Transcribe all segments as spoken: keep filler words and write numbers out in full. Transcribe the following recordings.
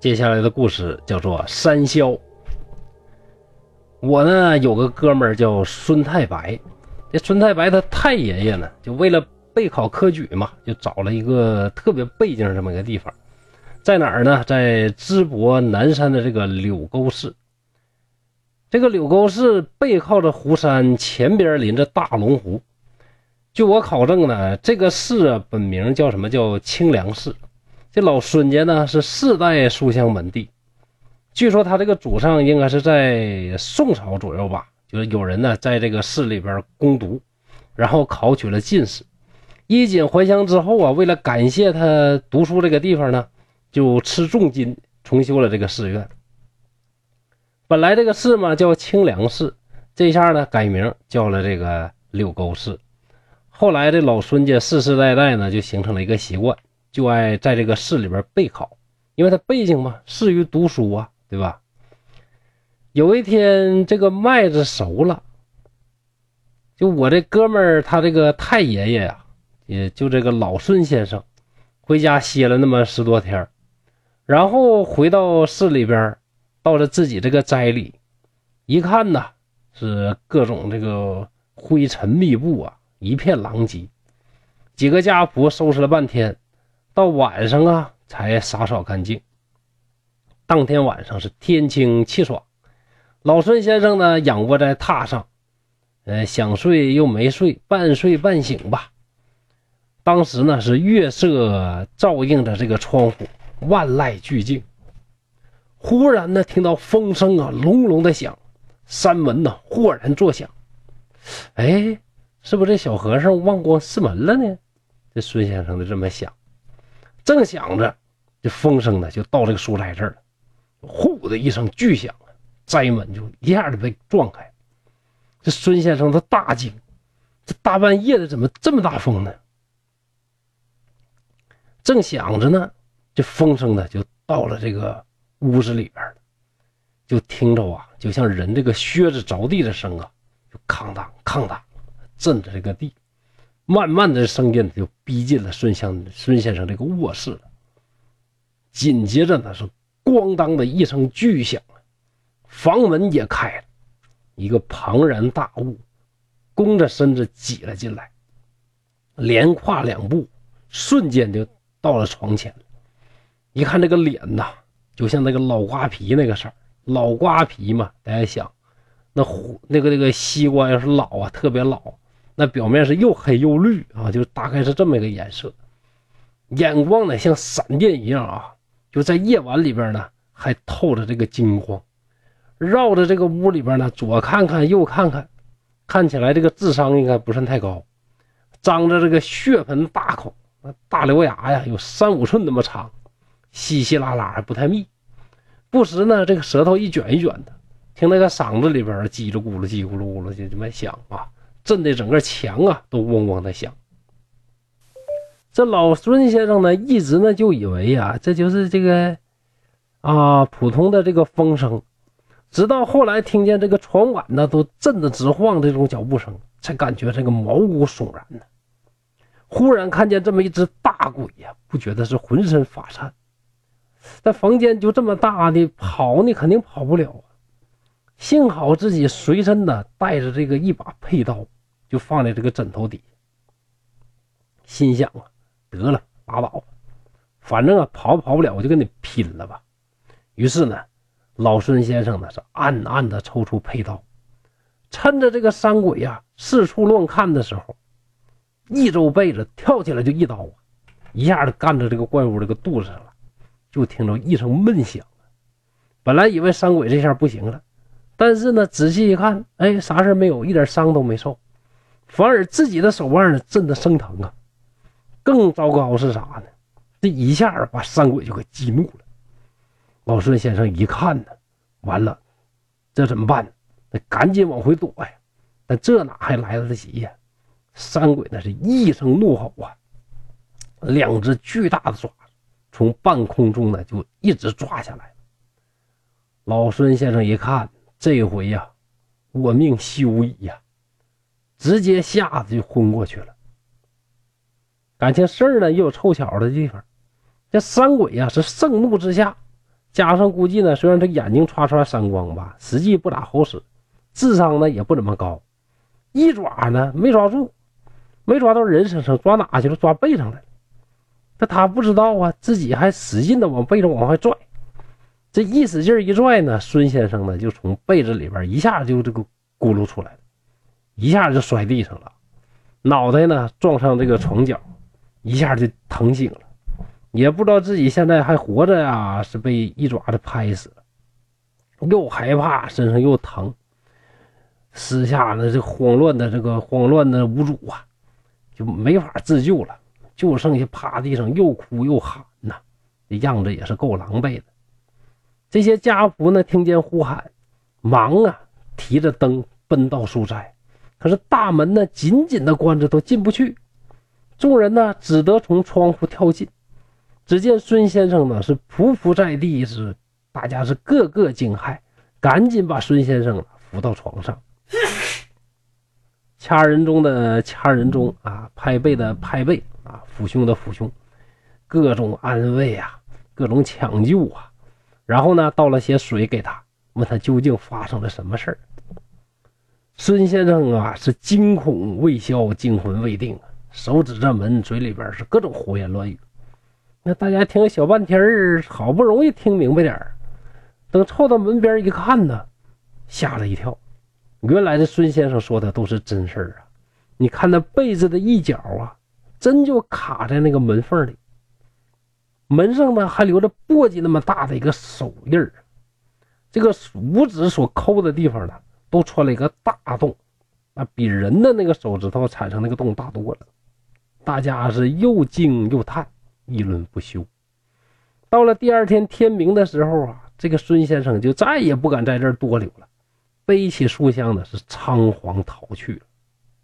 接下来的故事叫做山魈。我呢有个哥们儿叫孙太白，这孙太白他太爷爷呢，就为了备考科举嘛，就找了一个特别背景这么一个地方，在哪儿呢？在淄博南山的这个柳沟市。这个柳沟市背靠着湖山，前边临着大龙湖。据我考证呢，这个市啊本名叫什么？叫清凉市。这老孙家呢是世代书香门第，据说他这个祖上应该是在宋朝左右吧，就是有人呢在这个市里边攻读，然后考取了进士。衣锦还乡之后啊，为了感谢他读书这个地方呢，就斥重金重修了这个寺院。本来这个市嘛叫清凉市，这下呢改名叫了这个柳沟市。后来这老孙家世世代代呢就形成了一个习惯，就爱在这个市里边备考，因为他背景嘛，适于读书啊，对吧？有一天这个麦子熟了，就我这哥们儿他这个太爷爷啊，也就这个老孙先生回家歇了那么十多天，然后回到市里边，到了自己这个斋里，一看呢是各种这个灰尘密布啊，一片狼藉。几个家仆收拾了半天，到晚上啊才打扫干净。当天晚上是天清气爽，老孙先生呢仰卧在榻上，呃想睡又没睡，半睡半醒吧。当时呢是月色照映着这个窗户，万籁俱静。忽然呢听到风声啊隆隆的响，山门呢豁然作响。哎，是不是这小和尚忘光寺门了呢？这孙先生就这么想。正想着，这风声呢就到这个书斋这儿了，呼的一声巨响，斋门就一下子被撞开。这孙先生他大惊，这大半夜的怎么这么大风呢？正想着呢，这风声呢就到了这个屋子里边了，就听着啊，就像人这个靴子着地的声啊，就哐当哐当震着这个地。慢慢的声音就逼近了孙先孙先生这个卧室了。紧接着呢是咣当的一声巨响，房门也开了，一个庞然大物弓着身子挤了进来，连跨两步，瞬间就到了床前了。一看这个脸呐，就像那个老瓜皮那个色儿，老瓜皮嘛，大家想，那那个那个西瓜要是老啊，特别老，那表面是又黑又绿啊，就大概是这么一个颜色。眼光呢像闪电一样啊，就在夜晚里边呢还透着这个金光。绕着这个屋里边呢左看看右看看，看起来这个智商应该不算太高。张着这个血盆大口，大獠牙呀有三五寸那么长，稀稀拉拉还不太密。不时呢这个舌头一卷一卷的，听那个嗓子里边叽里咕噜叽咕噜咕噜就这么响啊，震得整个墙啊都嗡嗡的响。这老孙先生呢一直呢就以为啊这就是这个啊普通的这个风声，直到后来听见这个床板呢都震得直晃这种脚步声，才感觉这个毛骨悚然呢。忽然看见这么一只大鬼呀、啊，不觉得是浑身发颤。但房间就这么大，你跑你肯定跑不了啊。幸好自己随身呢带着这个一把佩刀，就放在这个枕头底下。心想啊，得了，拉倒吧，反正啊跑跑不了，我就跟你拼了吧。于是呢，老孙先生呢是暗暗的抽出佩刀，趁着这个山鬼啊四处乱看的时候，一皱被子跳起来就一刀啊，一下子干着这个怪物这个肚子上了。就听着一声闷响，本来以为山鬼这下不行了，但是呢仔细一看，哎，啥事没有，一点伤都没受，反而自己的手腕呢震得生疼啊。更糟糕是啥呢？这一下把山鬼就给激怒了。老孙先生一看呢，完了，这怎么办？那赶紧往回躲呀。但这哪还来得及呀？山鬼那是一声怒吼啊，两只巨大的爪子从半空中呢就一直抓下来。老孙先生一看，这回呀、啊，我命休矣呀、啊，直接吓得就昏过去了。感情事儿呢也有凑巧的地方，这山鬼呀、啊、是盛怒之下加上估计呢，虽然他眼睛唰唰闪光吧，实际不咋好使，智商呢也不怎么高，一抓呢没抓住，没抓到人身上，抓哪去了？抓背上来了。但他不知道啊，自己还使劲的往背上往外拽，这一使劲一拽呢，孙先生呢就从被子里边一下就这个咕噜出来了，一下就摔地上了，脑袋呢撞上这个床角，一下就疼醒了，也不知道自己现在还活着呀，是被一爪子拍死了，又害怕，身上又疼，私下呢这慌乱的这个慌乱的无主啊，就没法自救了，就剩下趴地上又哭又喊呐，这样子也是够狼狈的。这些家仆呢听见呼喊，忙啊提着灯奔到书斋，可是大门呢紧紧的关着，都进不去。众人呢只得从窗户跳进，只见孙先生呢是匍匐在地，是大家是个个惊骇，赶紧把孙先生扶到床上，掐人中的掐人中啊，拍背的拍背啊，抚胸的抚胸，各种安慰啊，各种抢救啊，然后呢倒了些水给他，问他究竟发生了什么事儿。孙先生啊是惊恐未消，惊魂未定啊，手指着门，嘴里边是各种胡言乱语。那大家听了小半天儿，好不容易听明白点儿，等凑到门边一看呢，吓了一跳。原来这孙先生说的都是真事儿啊！你看那被子的一角啊，真就卡在那个门缝里，门上呢还留着簸箕那么大的一个手印儿，这个五指所抠的地方呢，都穿了一个大洞，啊，比人的那个手指头产生那个洞大多了。大家是又惊又叹，议论不休。到了第二天天明的时候啊，这个孙先生就再也不敢在这儿多留了，背起书箱呢是仓皇逃去了。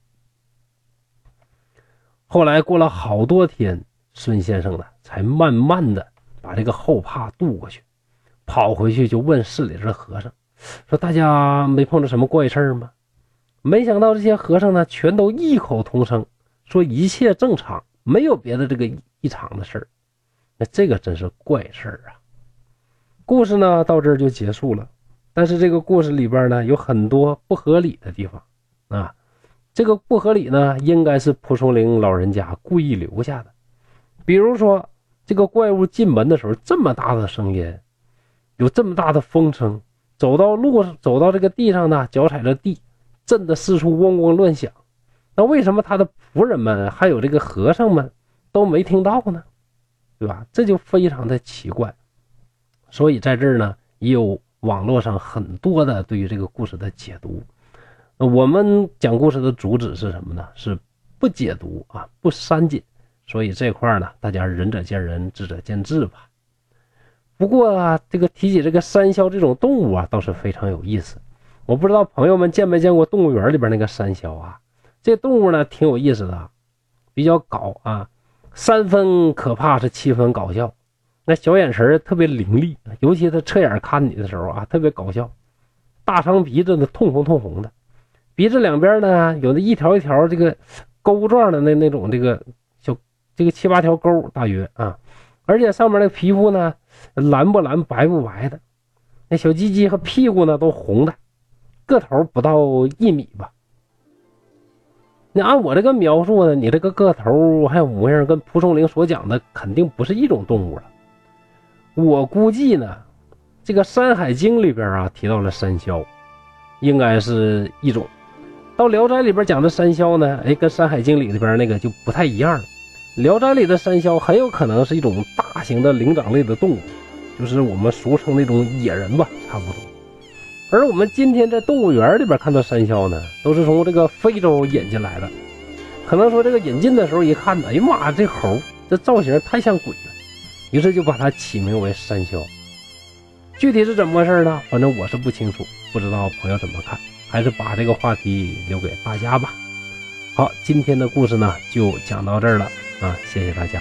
后来过了好多天，孙先生呢才慢慢的把这个后怕渡过去，跑回去就问市里的和尚说，大家没碰到什么怪事吗？没想到这些和尚呢全都异口同声说一切正常，没有别的这个异常的事儿。那这个真是怪事儿啊。故事呢到这儿就结束了，但是这个故事里边呢有很多不合理的地方啊。这个不合理呢应该是蒲松龄老人家故意留下的。比如说这个怪物进门的时候这么大的声音，有这么大的风声，走到路走到这个地上呢，脚踩着地，震得四处嗡嗡乱响。那为什么他的仆人们还有这个和尚们都没听到呢？对吧？这就非常的奇怪。所以在这儿呢也有网络上很多的对于这个故事的解读。我们讲故事的主旨是什么呢？是不解读啊，不删减。所以这块呢大家仁者见仁，智者见智吧。不过啊，这个提起这个山魈这种动物啊倒是非常有意思。我不知道朋友们见没见过动物园里边那个山魈啊，这动物呢挺有意思的，比较搞啊，三分可怕是七分搞笑。那小眼神特别凌厉，尤其他侧眼看你的时候啊特别搞笑。大长鼻子呢通红通红的，鼻子两边呢有那一条一条这个钩状的那那种这个小这个七八条钩大约啊，而且上面的皮肤呢蓝不蓝白不白的，那小鸡鸡和屁股呢都红的，个头不到一米吧。那按我这个描述呢，你这个个头还有模样跟蒲松龄所讲的肯定不是一种动物了。我估计呢这个山海经里边啊提到了山魈，应该是一种。到聊斋里边讲的山魈呢，哎，跟山海经里边那个就不太一样了。聊斋里的山魈很有可能是一种大型的灵长类的动物，就是我们俗称那种野人吧，差不多。而我们今天在动物园里边看到山魈呢，都是从这个非洲引进来的。可能说这个引进的时候一看呢，哎呀妈，这猴这造型太像鬼了，于是就把它起名为山魈。具体是怎么回事呢？反正我是不清楚，不知道朋友怎么看，还是把这个话题留给大家吧。好，今天的故事呢就讲到这儿了啊，谢谢大家。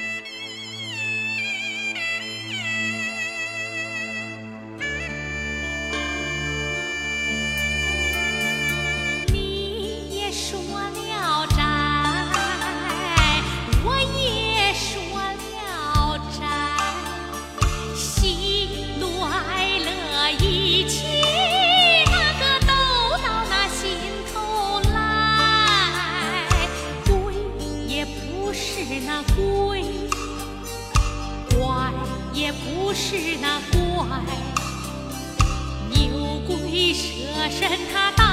你也说聊斋，我也说聊斋，戏多神他到